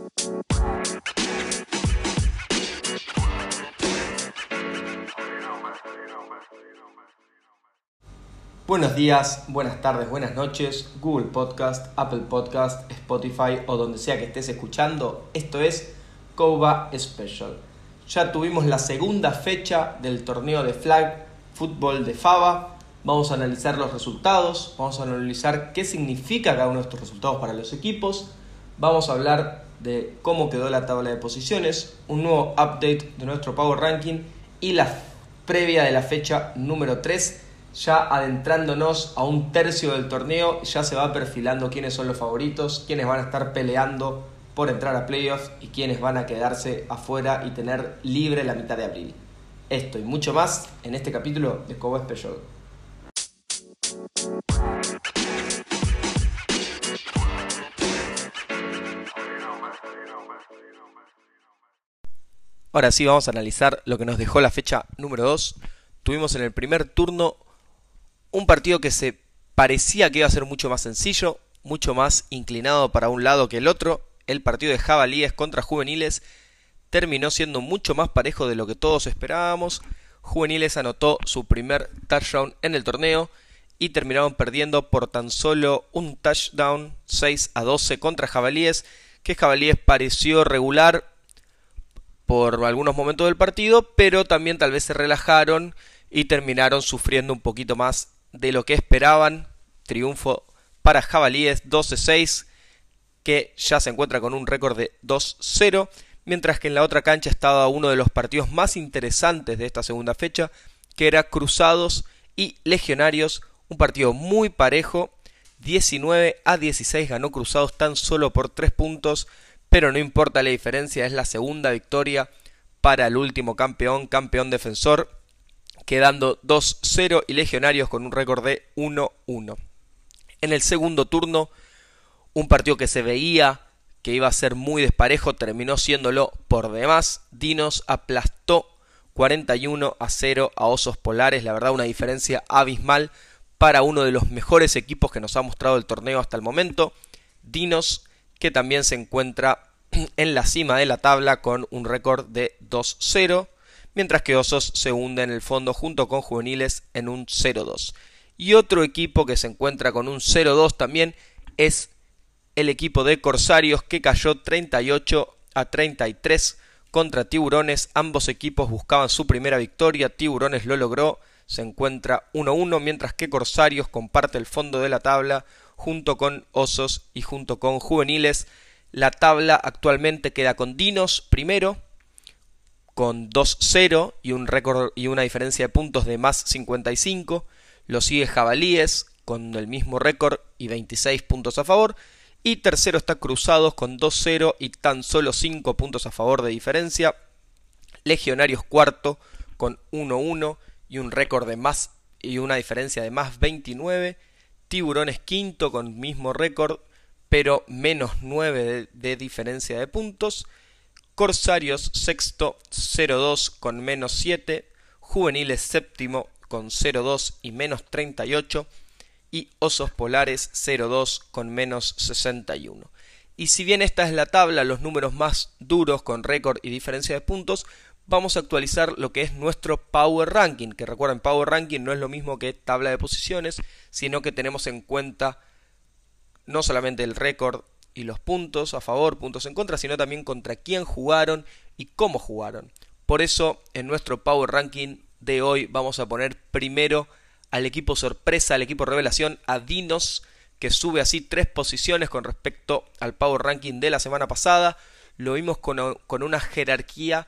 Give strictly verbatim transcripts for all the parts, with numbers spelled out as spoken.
Buenos días, buenas tardes, buenas noches, Google Podcast, Apple Podcast, Spotify o donde sea que estés escuchando. Esto es Couva Special. Ya tuvimos la segunda fecha del torneo de flag fútbol de Faba. Vamos a analizar los resultados, vamos a analizar qué significa cada uno de estos resultados para los equipos. Vamos a hablar de cómo quedó la tabla de posiciones, un nuevo update de nuestro Power Ranking y la previa de la fecha número tres. Ya adentrándonos a un tercio del torneo, ya se va perfilando quiénes son los favoritos, quiénes van a estar peleando por entrar a playoffs y quiénes van a quedarse afuera y tener libre la mitad de abril. Esto y mucho más en este capítulo de Couva Special. Ahora sí vamos a analizar lo que nos dejó la fecha número dos. Tuvimos en el primer turno un partido que se parecía que iba a ser mucho más sencillo, mucho más inclinado para un lado que el otro. El partido de Jabalíes contra Juveniles terminó siendo mucho más parejo de lo que todos esperábamos. Juveniles anotó su primer touchdown en el torneo y terminaron perdiendo por tan solo un touchdown, seis a doce contra Jabalíes, que Jabalíes pareció regular por algunos momentos del partido, pero también tal vez se relajaron y terminaron sufriendo un poquito más de lo que esperaban. Triunfo para Jabalíes doce seis, que ya se encuentra con un récord de dos cero, mientras que en la otra cancha estaba uno de los partidos más interesantes de esta segunda fecha, que era Cruzados y Legionarios, un partido muy parejo. Diecinueve a dieciséis ganó Cruzados tan solo por tres puntos, pero no importa la diferencia, es la segunda victoria para el último campeón, campeón defensor, quedando dos cero y Legionarios con un récord de uno uno. En el segundo turno, un partido que se veía que iba a ser muy desparejo, terminó siéndolo por demás. Dinos aplastó cuarenta y uno a cero a Osos Polares, la verdad una diferencia abismal para uno de los mejores equipos que nos ha mostrado el torneo hasta el momento. Dinos, que también se encuentra en la cima de la tabla con un récord de dos cero, mientras que Osos se hunde en el fondo junto con Juveniles en un cero dos. Y otro equipo que se encuentra con un cero dos también es el equipo de Corsarios, que cayó treinta y ocho a treinta y tres contra Tiburones. Ambos equipos buscaban su primera victoria, Tiburones lo logró, se encuentra uno uno, mientras que Corsarios comparte el fondo de la tabla junto con Osos y junto con Juveniles. La tabla actualmente queda con Dinos primero, con dos cero y un récord y una diferencia de puntos de más cincuenta y cinco. Lo sigue Jabalíes con el mismo récord y veintiséis puntos a favor. Y tercero está Cruzados con dos cero y tan solo cinco puntos a favor de diferencia. Legionarios cuarto con uno uno y un récord de más y una diferencia de más veintinueve. Tiburones quinto con mismo récord, pero menos nueve de, de diferencia de puntos. Corsarios sexto, cero dos con menos siete. Juveniles séptimo con cero dos y menos treinta y ocho. Y Osos Polares cero dos con menos sesenta y uno. Y si bien esta es la tabla, los números más duros con récord y diferencia de puntos, vamos a actualizar lo que es nuestro Power Ranking, que recuerden, Power Ranking no es lo mismo que tabla de posiciones, sino que tenemos en cuenta no solamente el récord y los puntos a favor, puntos en contra, sino también contra quién jugaron y cómo jugaron. Por eso, en nuestro Power Ranking de hoy vamos a poner primero al equipo sorpresa, al equipo revelación, a Dinos, que sube así tres posiciones con respecto al Power Ranking de la semana pasada. Lo vimos con, con una jerarquía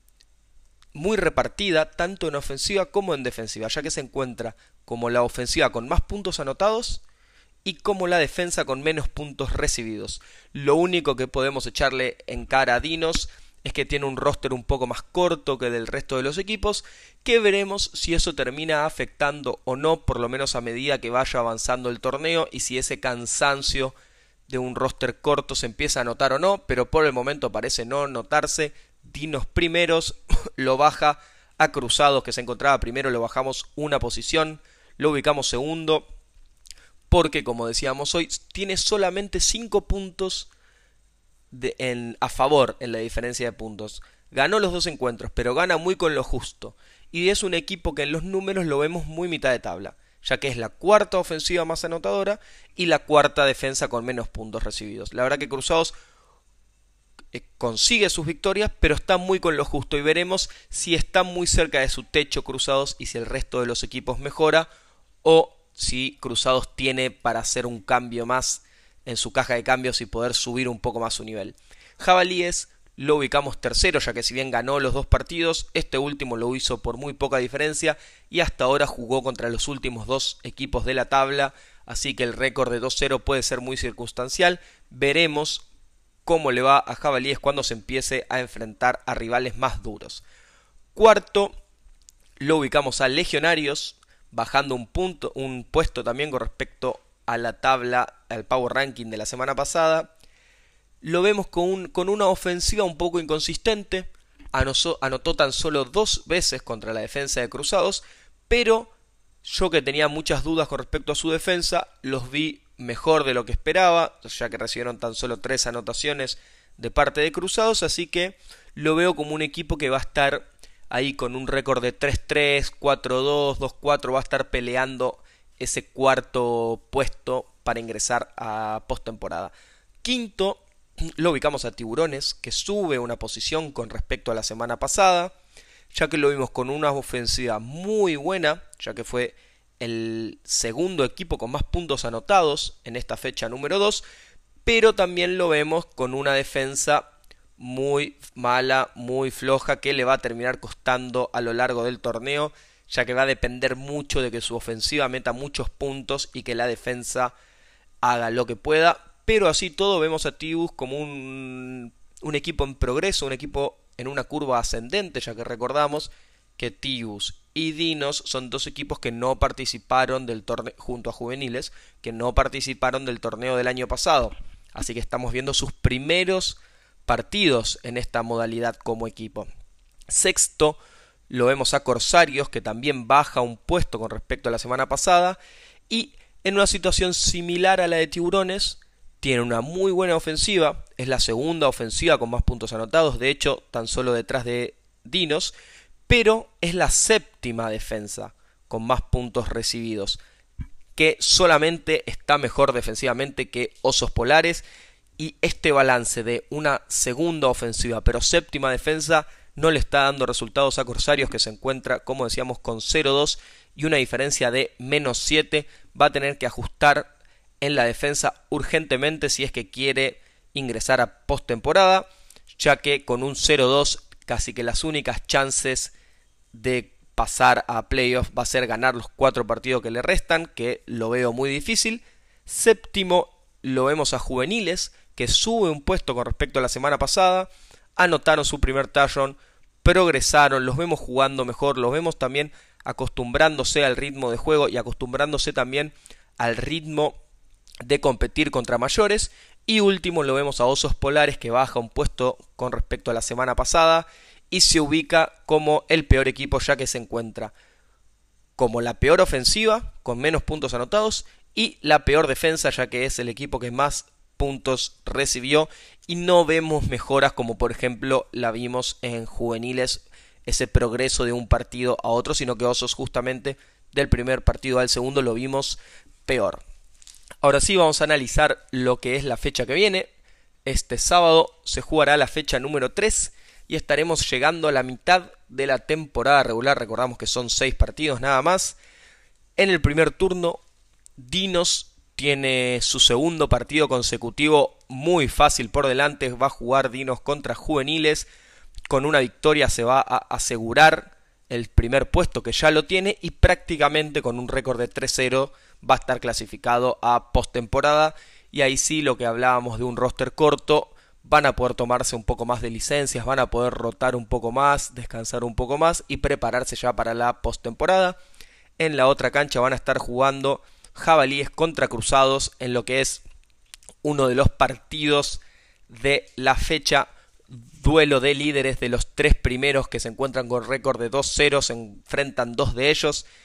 muy repartida, tanto en ofensiva como en defensiva, ya que se encuentra como la ofensiva con más puntos anotados y como la defensa con menos puntos recibidos. Lo único que podemos echarle en cara a Dinos es que tiene un roster un poco más corto que del resto de los equipos, que veremos si eso termina afectando o no, por lo menos a medida que vaya avanzando el torneo, y si ese cansancio de un roster corto se empieza a notar o no, pero por el momento parece no notarse. Dinos primeros, lo baja a Cruzados, que se encontraba primero, lo bajamos una posición, lo ubicamos segundo, porque como decíamos hoy, tiene solamente cinco puntos de, en, a favor en la diferencia de puntos. Ganó los dos encuentros, pero gana muy con lo justo. Y es un equipo que en los números lo vemos muy mitad de tabla, ya que es la cuarta ofensiva más anotadora y la cuarta defensa con menos puntos recibidos. La verdad que Cruzados eh, consigue sus victorias, pero está muy con lo justo, y veremos si está muy cerca de su techo Cruzados y si el resto de los equipos mejora, o si Cruzados tiene para hacer un cambio más en su caja de cambios y poder subir un poco más su nivel. Jabalíes lo ubicamos tercero, ya que si bien ganó los dos partidos, este último lo hizo por muy poca diferencia y hasta ahora jugó contra los últimos dos equipos de la tabla, así que el récord de dos cero puede ser muy circunstancial. Veremos cómo le va a Jabalíes cuando se empiece a enfrentar a rivales más duros. Cuarto lo ubicamos a Legionarios, bajando un punto, un puesto también con respecto a la tabla, al Power Ranking de la semana pasada. Lo vemos con, un, con una ofensiva un poco inconsistente. Anotó, anotó tan solo dos veces contra la defensa de Cruzados, pero yo, que tenía muchas dudas con respecto a su defensa, los vi mejor de lo que esperaba, ya que recibieron tan solo tres anotaciones de parte de Cruzados, así que lo veo como un equipo que va a estar ahí con un récord de tres tres, cuatro dos, dos cuatro, va a estar peleando ese cuarto puesto para ingresar a postemporada. Quinto lo ubicamos a Tiburones, que sube una posición con respecto a la semana pasada, ya que lo vimos con una ofensiva muy buena, ya que fue el segundo equipo con más puntos anotados en esta fecha número dos, pero también lo vemos con una defensa muy mala, muy floja, que le va a terminar costando a lo largo del torneo, ya que va a depender mucho de que su ofensiva meta muchos puntos y que la defensa haga lo que pueda. Pero así todo vemos a Tibus como un, un equipo en progreso, un equipo en una curva ascendente, ya que recordamos que Tibus y Dinos son dos equipos que no participaron del torneo, junto a Juveniles, que no participaron del torneo del año pasado. Así que estamos viendo sus primeros partidos en esta modalidad como equipo. Sexto lo vemos a Corsarios, que también baja un puesto con respecto a la semana pasada, y en una situación similar a la de Tiburones. Tiene una muy buena ofensiva, es la segunda ofensiva con más puntos anotados, de hecho tan solo detrás de Dinos, pero es la séptima defensa con más puntos recibidos, que solamente está mejor defensivamente que Osos Polares, y este balance de una segunda ofensiva pero séptima defensa no le está dando resultados a Corsarios, que se encuentra, como decíamos, con cero dos y una diferencia de menos siete. Va a tener que ajustar en la defensa urgentemente si es que quiere ingresar a postemporada, ya que con un cero dos casi que las únicas chances de pasar a playoff va a ser ganar los cuatro partidos que le restan, que lo veo muy difícil. Séptimo lo vemos a Juveniles, que sube un puesto con respecto a la semana pasada, anotaron su primer touchdown, progresaron, los vemos jugando mejor, los vemos también acostumbrándose al ritmo de juego y acostumbrándose también al ritmo de competir contra mayores. Y último lo vemos a Osos Polares, que baja un puesto con respecto a la semana pasada y se ubica como el peor equipo, ya que se encuentra como la peor ofensiva con menos puntos anotados y la peor defensa, ya que es el equipo que más puntos recibió, y no vemos mejoras como por ejemplo la vimos en Juveniles, ese progreso de un partido a otro, sino que Osos justamente del primer partido al segundo lo vimos peor. Ahora sí vamos a analizar lo que es la fecha que viene. Este sábado se jugará la fecha número tres y estaremos llegando a la mitad de la temporada regular. Recordamos que son seis partidos nada más. En el primer turno, Dinos tiene su segundo partido consecutivo muy fácil por delante. Va a jugar Dinos contra Juveniles. Con una victoria se va a asegurar el primer puesto, que ya lo tiene, y prácticamente con un récord de tres cero va a estar clasificado a postemporada. Y ahí sí, lo que hablábamos de un roster corto, van a poder tomarse un poco más de licencias, van a poder rotar un poco más, descansar un poco más y prepararse ya para la postemporada. En la otra cancha van a estar jugando Jabalíes contra Cruzados en lo que es uno de los partidos de la fecha, duelo de líderes. De los tres primeros que se encuentran con récord de dos cero, se enfrentan dos de ellos.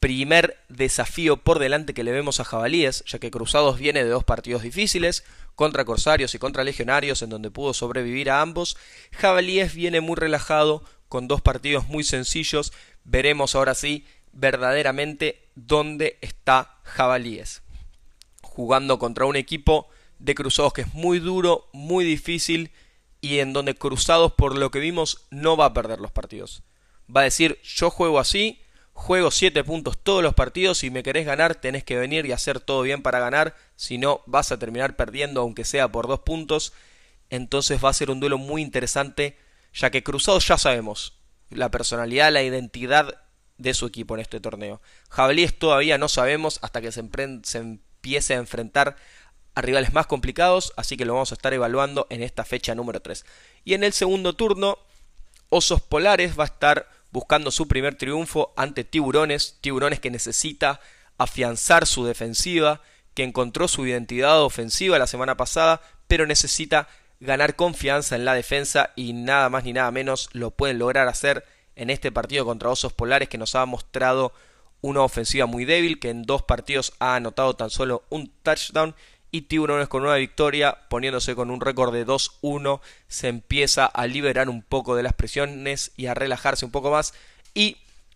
primer desafío por delante que le vemos a Jabalíes, ya que Cruzados viene de dos partidos difíciles, contra Corsarios y contra Legionarios, en donde pudo sobrevivir a ambos. Jabalíes viene muy relajado, con dos partidos muy sencillos. Veremos ahora sí verdaderamente dónde está Jabalíes, jugando contra un equipo de Cruzados que es muy duro, muy difícil, y en donde Cruzados, por lo que vimos, no va a perder los partidos. Va a decir: yo juego así, juego siete puntos todos los partidos, si me querés ganar tenés que venir y hacer todo bien para ganar, si no vas a terminar perdiendo aunque sea por dos puntos. Entonces va a ser un duelo muy interesante, ya que Cruzados ya sabemos la personalidad, la identidad de su equipo en este torneo. Jabalíes todavía no sabemos hasta que se, se empiece a enfrentar a rivales más complicados, así que lo vamos a estar evaluando en esta fecha número tres. Y en el segundo turno, Osos Polares va a estar buscando su primer triunfo ante Tiburones, Tiburones que necesita afianzar su defensiva, que encontró su identidad ofensiva la semana pasada, pero necesita ganar confianza en la defensa, y nada más ni nada menos lo pueden lograr hacer en este partido contra Osos Polares, que nos ha mostrado una ofensiva muy débil, que en dos partidos ha anotado tan solo un touchdown. Y Tiburones, con una victoria, poniéndose con un récord de dos uno, se empieza a liberar un poco de las presiones y a relajarse un poco más. Y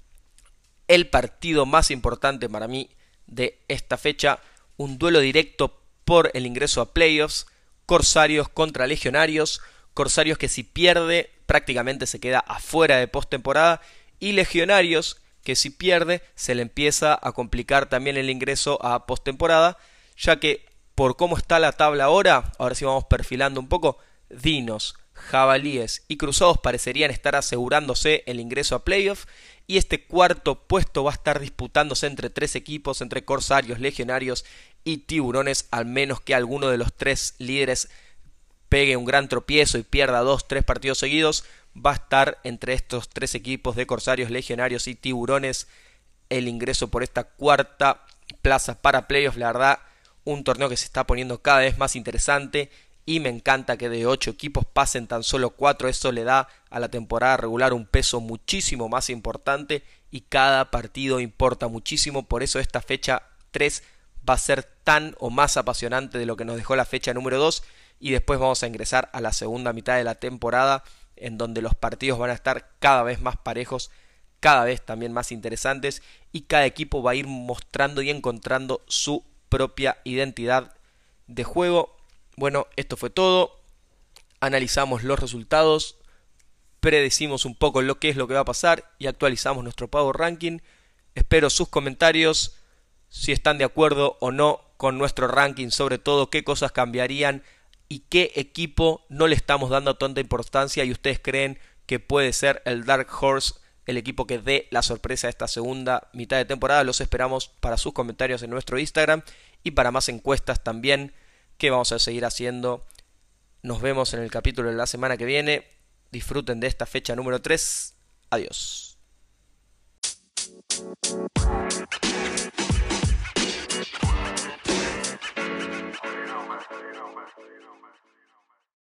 el partido más importante para mí de esta fecha, un duelo directo por el ingreso a playoffs, Corsarios contra Legionarios. Corsarios que si pierde prácticamente se queda afuera de postemporada, y Legionarios que si pierde se le empieza a complicar también el ingreso a postemporada, ya que por cómo está la tabla ahora, ahora sí vamos perfilando un poco, Dinos, Jabalíes y Cruzados parecerían estar asegurándose el ingreso a playoff, y este cuarto puesto va a estar disputándose entre tres equipos, entre Corsarios, Legionarios y Tiburones, al menos que alguno de los tres líderes pegue un gran tropiezo y pierda dos, tres partidos seguidos. Va a estar entre estos tres equipos de Corsarios, Legionarios y Tiburones el ingreso por esta cuarta plaza para playoff. La verdad, un torneo que se está poniendo cada vez más interesante, y me encanta que de ocho equipos pasen tan solo cuatro. Eso le da a la temporada regular un peso muchísimo más importante, y cada partido importa muchísimo. Por eso esta fecha tres va a ser tan o más apasionante de lo que nos dejó la fecha número dos, y después vamos a ingresar a la segunda mitad de la temporada, en donde los partidos van a estar cada vez más parejos, cada vez también más interesantes, y cada equipo va a ir mostrando y encontrando su propia identidad de juego. Bueno, esto fue todo. Analizamos los resultados, predecimos un poco lo que es lo que va a pasar y actualizamos nuestro Power Ranking. Espero sus comentarios, si están de acuerdo o no con nuestro ranking, sobre todo qué cosas cambiarían y qué equipo no le estamos dando tanta importancia y ustedes creen que puede ser el Dark Horse, el equipo que dé la sorpresa de esta segunda mitad de temporada. Los esperamos para sus comentarios en nuestro Instagram y para más encuestas también, que vamos a seguir haciendo. Nos vemos en el capítulo de la semana que viene. Disfruten de esta fecha número tres. Adiós.